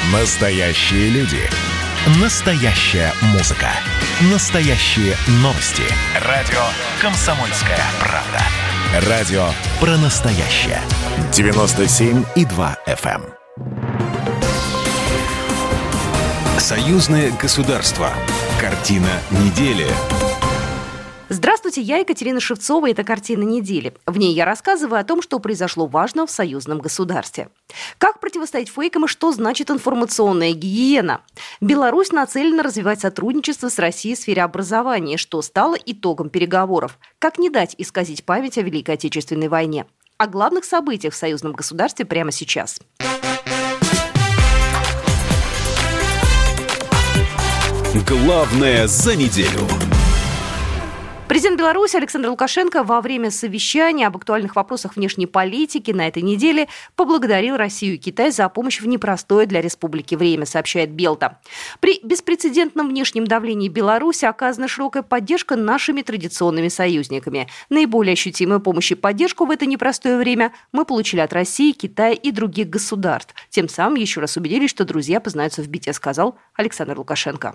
Настоящие люди. Настоящая музыка. Настоящие новости. Радио «Комсомольская правда». Радио про настоящее. 97,2 FM. Союзное государство. Картина недели. Здравствуйте, я Екатерина Шевцова, и это «Картина недели». В ней я рассказываю о том, что произошло важного в союзном государстве. Как противостоять фейкам и что значит информационная гигиена? Беларусь нацелена развивать сотрудничество с Россией в сфере образования, что стало итогом переговоров. Как не дать исказить память о Великой Отечественной войне? О главных событиях в союзном государстве прямо сейчас. Главное за неделю. Президент Беларуси Александр Лукашенко во время совещания об актуальных вопросах внешней политики на этой неделе поблагодарил Россию и Китай за помощь в непростое для республики время, сообщает Белта. При беспрецедентном внешнем давлении Беларуси оказана широкая поддержка нашими традиционными союзниками. Наиболее ощутимую помощь и поддержку в это непростое время мы получили от России, Китая и других государств. Тем самым еще раз убедились, что друзья познаются в беде, сказал Александр Лукашенко.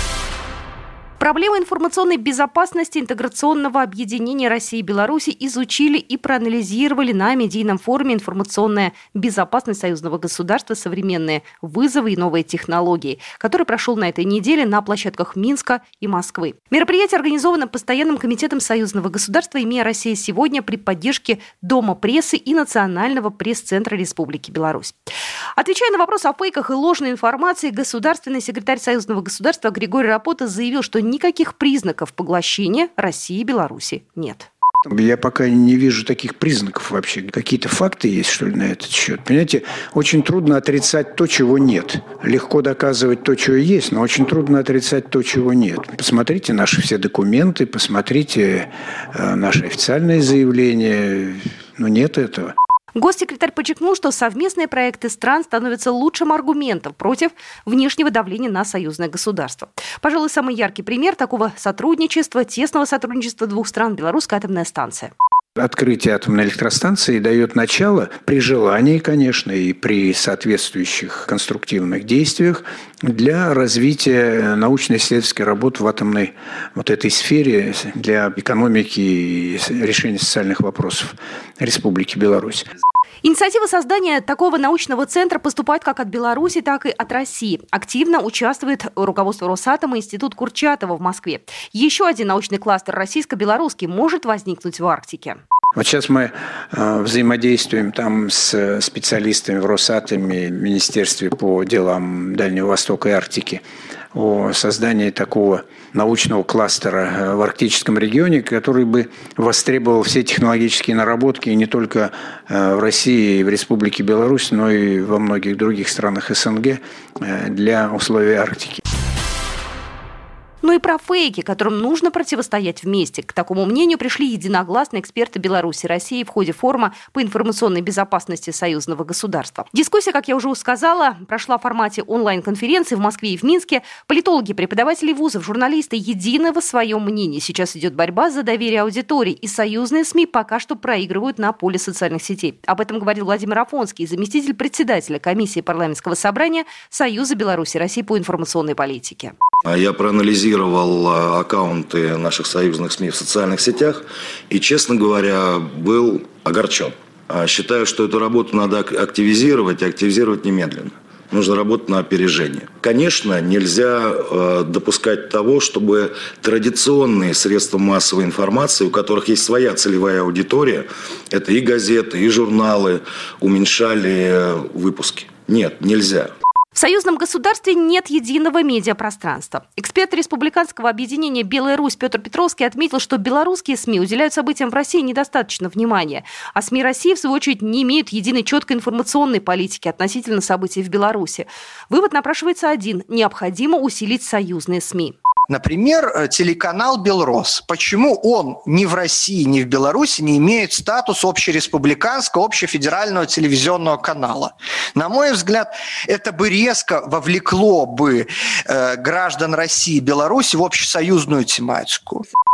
Проблемы информационной безопасности интеграционного объединения России и Беларуси изучили и проанализировали на медийном форуме «Информационная безопасность союзного государства. Современные вызовы и новые технологии», который прошел на этой неделе на площадках Минска и Москвы. Мероприятие организовано Постоянным комитетом союзного государства «ИМЕА Россия сегодня» при поддержке Дома прессы и Национального пресс-центра Республики Беларусь. Отвечая на вопрос о фейках и ложной информации, государственный секретарь союзного государства Григорий Рапота заявил, что никаких признаков поглощения России и Беларуси нет. Я пока не вижу таких признаков вообще. Какие-то факты есть, что ли, на этот счет? Понимаете, очень трудно отрицать то, чего нет. Легко доказывать то, чего есть, но очень трудно отрицать то, чего нет. Посмотрите наши все документы, посмотрите наши официальные заявления. Но нет этого. Госсекретарь подчеркнул, что совместные проекты стран становятся лучшим аргументом против внешнего давления на союзное государство. Пожалуй, самый яркий пример такого сотрудничества, тесного сотрудничества двух стран – Белорусская атомная станция. Открытие атомной электростанции дает начало, при желании, конечно, и при соответствующих конструктивных действиях, для развития научно-исследовательской работы в атомной вот этой сфере для экономики и решения социальных вопросов Республики Беларусь. Инициатива создания такого научного центра поступает как от Беларуси, так и от России. Активно участвует руководство Росатома и Институт Курчатова в Москве. Еще один научный кластер российско-белорусский может возникнуть в Арктике. Вот сейчас мы взаимодействуем там с специалистами в Росатоме, Министерстве по делам Дальнего Востока и Арктики о создании такого научного кластера в арктическом регионе, который бы востребовал все технологические наработки не только в России и в Республике Беларусь, но и во многих других странах СНГ для условий Арктики. Ну и про фейки, которым нужно противостоять вместе. К такому мнению пришли единогласно эксперты Беларуси и России в ходе форума по информационной безопасности союзного государства. Дискуссия, как я уже сказала, прошла в формате онлайн-конференции в Москве и в Минске. Политологи, преподаватели вузов, журналисты едины в своем мнении. Сейчас идет борьба за доверие аудитории, и союзные СМИ пока что проигрывают на поле социальных сетей. Об этом говорил Владимир Афонский, заместитель председателя комиссии парламентского собрания Союза Беларуси и России по информационной политике. Я проанализировал аккаунты наших союзных СМИ в социальных сетях и, честно говоря, был огорчен. Считаю, что эту работу надо активизировать и активизировать немедленно. Нужно работать на опережение. Конечно, нельзя допускать того, чтобы традиционные средства массовой информации, у которых есть своя целевая аудитория, это и газеты, и журналы, уменьшали выпуски. Нет, нельзя. В союзном государстве нет единого медиапространства. Эксперт республиканского объединения «Белая Русь» Петр Петровский отметил, что белорусские СМИ уделяют событиям в России недостаточно внимания, а СМИ России, в свою очередь, не имеют единой четкой информационной политики относительно событий в Беларуси. Вывод напрашивается один – необходимо усилить союзные СМИ. Например, телеканал «Белрос». Почему он ни в России, ни в Беларуси не имеет статус общереспубликанского, общефедерального телевизионного канала? На мой взгляд, это бы резко вовлекло бы граждан России и Беларуси в общесоюзную тематику.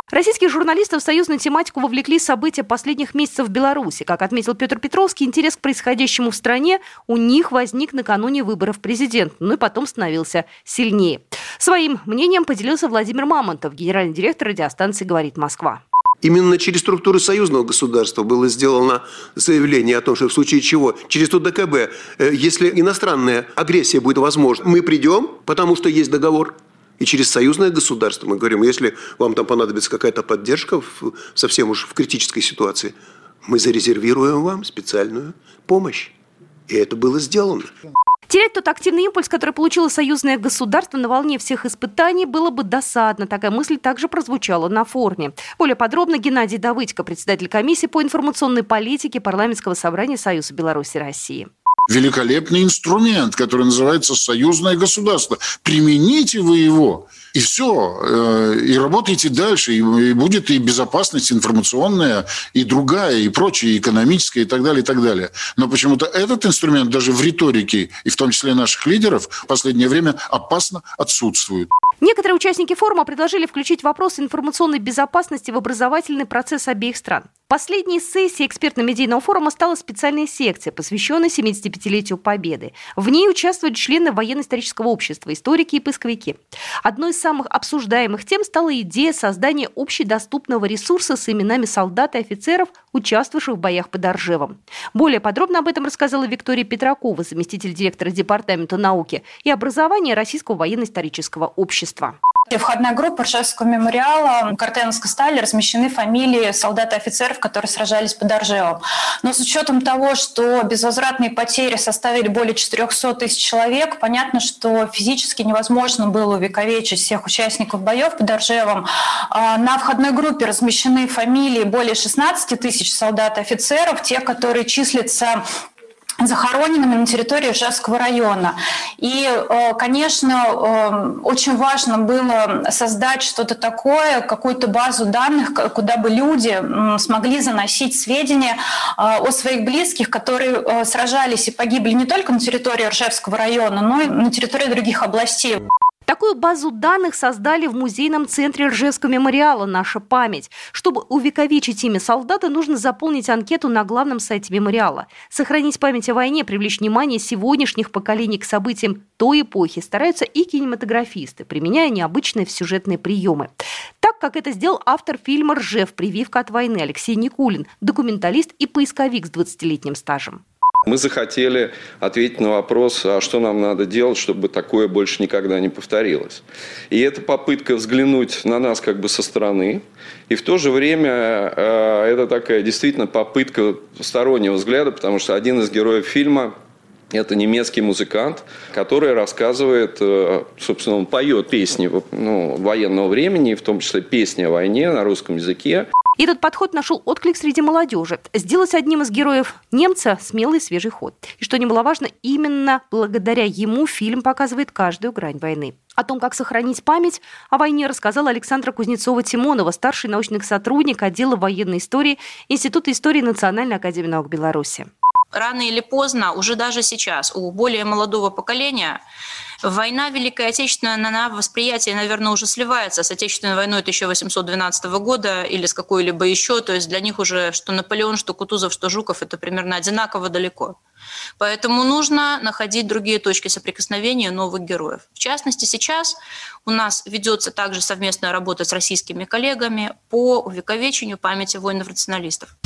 Российских журналистов в союзную тематику вовлекли события последних месяцев в Беларуси. Как отметил Петр Петровский, интерес к происходящему в стране у них возник накануне выборов президента, и потом становился сильнее. Своим мнением поделился Владимир Мамонтов, генеральный директор радиостанции «Говорит Москва». Именно через структуры союзного государства было сделано заявление о том, что в случае чего, через ТУДКБ, если иностранная агрессия будет возможна, мы придем, потому что есть договор. И через союзное государство мы говорим, если вам там понадобится какая-то поддержка совсем уж в критической ситуации, мы зарезервируем вам специальную помощь. И это было сделано. Терять тот активный импульс, который получило союзное государство на волне всех испытаний, было бы досадно. Такая мысль также прозвучала на форуме. Более подробно Геннадий Давыдько, председатель комиссии по информационной политике Парламентского собрания Союза Беларуси и России. Великолепный инструмент, который называется союзное государство. Примените вы его, и все, и работайте дальше, и будет и безопасность информационная, и другая, и прочая, и экономическая, и так далее, и так далее. Но почему-то этот инструмент даже в риторике, и в том числе наших лидеров, в последнее время опасно отсутствует. Некоторые участники форума предложили включить вопрос информационной безопасности в образовательный процесс обеих стран. Последней сессией экспертно-медийного форума стала специальная секция, посвященная 75-летию Победы. В ней участвуют члены военно-исторического общества, историки и поисковики. Одной из самых обсуждаемых тем стала идея создания общедоступного ресурса с именами солдат и офицеров, участвовавших в боях под Оржевом. Более подробно об этом рассказала Виктория Петракова, заместитель директора Департамента науки и образования Российского военно-исторического общества. В входной группе Ржевского мемориала Картеновской стали размещены фамилии солдат и офицеров, которые сражались под Оржевом. Но с учетом того, что безвозвратные потери составили более 400 тысяч человек, понятно, что физически невозможно было увековечить всех участников боев под Оржевом. На входной группе размещены фамилии более 16 тысяч солдат и офицеров, те, которые числятся захороненными на территории Ижевского района. И, конечно, очень важно было создать что-то такое, какую-то базу данных, куда бы люди смогли заносить сведения о своих близких, которые сражались и погибли не только на территории Ижевского района, но и на территории других областей. Такую базу данных создали в музейном центре Ржевского мемориала «Наша память». Чтобы увековечить имя солдата, нужно заполнить анкету на главном сайте мемориала. Сохранить память о войне, привлечь внимание сегодняшних поколений к событиям той эпохи стараются и кинематографисты, применяя необычные сюжетные приемы. Так, как это сделал автор фильма «Ржев. Прививка от войны» Алексей Никулин, документалист и поисковик с 20-летним стажем. Мы захотели ответить на вопрос, а что нам надо делать, чтобы такое больше никогда не повторилось. И это попытка взглянуть на нас как бы со стороны. И в то же время это такая действительно попытка стороннего взгляда, потому что один из героев фильма – это немецкий музыкант, который рассказывает, собственно, он поет песни военного времени, в том числе песни о войне на русском языке. И этот подход нашел отклик среди молодежи. Сделать одним из героев немца смелый свежий ход. И что немаловажно, именно благодаря ему фильм показывает каждую грань войны. О том, как сохранить память о войне, рассказала Александра Кузнецова-Тимонова, старший научный сотрудник отдела военной истории Института истории Национальной академии наук Беларуси. Рано или поздно, уже даже сейчас, у более молодого поколения война Великой Отечественной, на восприятие, наверное, уже сливается с Отечественной войной 1812 года или с какой-либо еще. То есть для них уже что Наполеон, что Кутузов, что Жуков – это примерно одинаково далеко. Поэтому нужно находить другие точки соприкосновения новых героев. В частности, сейчас у нас ведется также совместная работа с российскими коллегами по увековечению памяти воинов-националистов.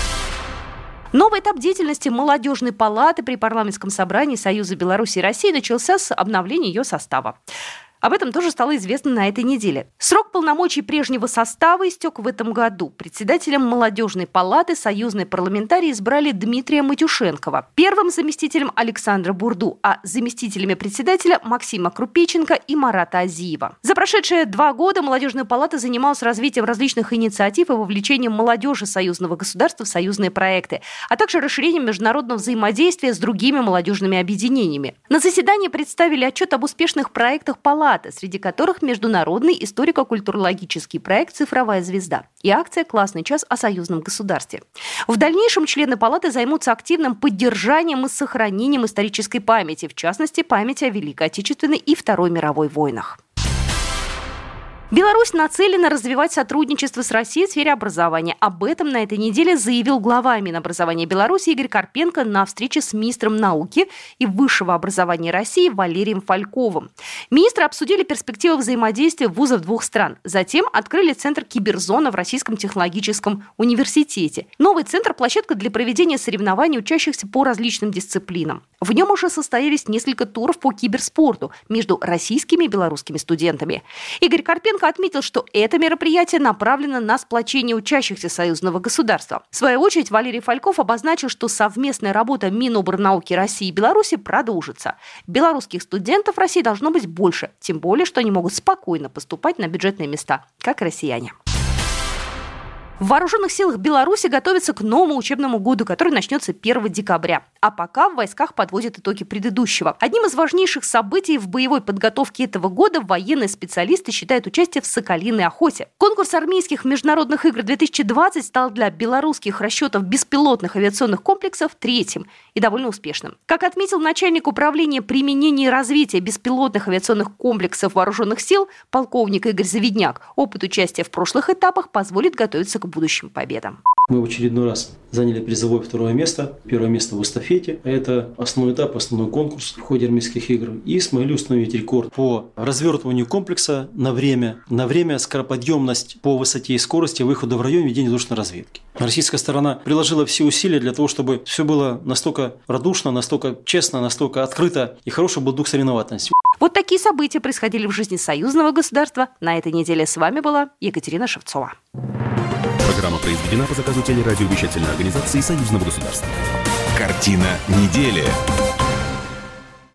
Новый этап деятельности молодежной палаты при парламентском собрании Союза Беларуси и России начался с обновления ее состава. Об этом тоже стало известно на этой неделе. Срок полномочий прежнего состава истек в этом году. Председателем молодежной палаты союзные парламентарии избрали Дмитрия Матюшенкова, первым заместителем Александра Бурду, а заместителями председателя Максима Крупиченко и Марата Азиева. За прошедшие 2 года молодежная палата занималась развитием различных инициатив и вовлечением молодежи союзного государства в союзные проекты, а также расширением международного взаимодействия с другими молодежными объединениями. На заседании представили отчет об успешных проектах палаты, среди которых международный историко-культурологический проект «Цифровая звезда» и акция «Классный час» о союзном государстве. В дальнейшем члены палаты займутся активным поддержанием и сохранением исторической памяти, в частности, памяти о Великой Отечественной и Второй мировой войнах. Беларусь нацелена развивать сотрудничество с Россией в сфере образования. Об этом на этой неделе заявил глава Минобразования Беларуси Игорь Карпенко на встрече с министром науки и высшего образования России Валерием Фальковым. Министры обсудили перспективы взаимодействия вузов двух стран. Затем открыли центр «Киберзона» в Российском технологическом университете. Новый центр – площадка для проведения соревнований учащихся по различным дисциплинам. В нем уже состоялись несколько туров по киберспорту между российскими и белорусскими студентами. Игорь Карпенко отметил, что это мероприятие направлено на сплочение учащихся союзного государства. В свою очередь Валерий Фальков обозначил, что совместная работа Минобрнауки России и Беларуси продолжится. Белорусских студентов в России должно быть больше, тем более, что они могут спокойно поступать на бюджетные места, как россияне. В Вооруженных силах Беларуси готовятся к новому учебному году, который начнется 1 декабря. А пока в войсках подводят итоги предыдущего. Одним из важнейших событий в боевой подготовке этого года военные специалисты считают участие в «Соколиной охоте». Конкурс армейских международных игр 2020 стал для белорусских расчетов беспилотных авиационных комплексов третьим и довольно успешным. Как отметил начальник управления применения и развития беспилотных авиационных комплексов Вооруженных сил полковник Игорь Завидняк, опыт участия в прошлых этапах позволит готовиться к будущим победам. Мы в очередной раз заняли призовое 2 место. 1 место в эстафете. Это основной этап, основной конкурс в ходе армейских игр. И смогли установить рекорд по развертыванию комплекса на время, скороподъемность по высоте и скорости выхода в район ведения воздушной разведки. Российская сторона приложила все усилия для того, чтобы все было настолько радушно, настолько честно, настолько открыто и хороший был дух соревновательности. Вот такие события происходили в жизни союзного государства. На этой неделе с вами была Екатерина Шевцова. Программа произведена по заказу телерадиовещательной организации Союзного государства. Картина недели.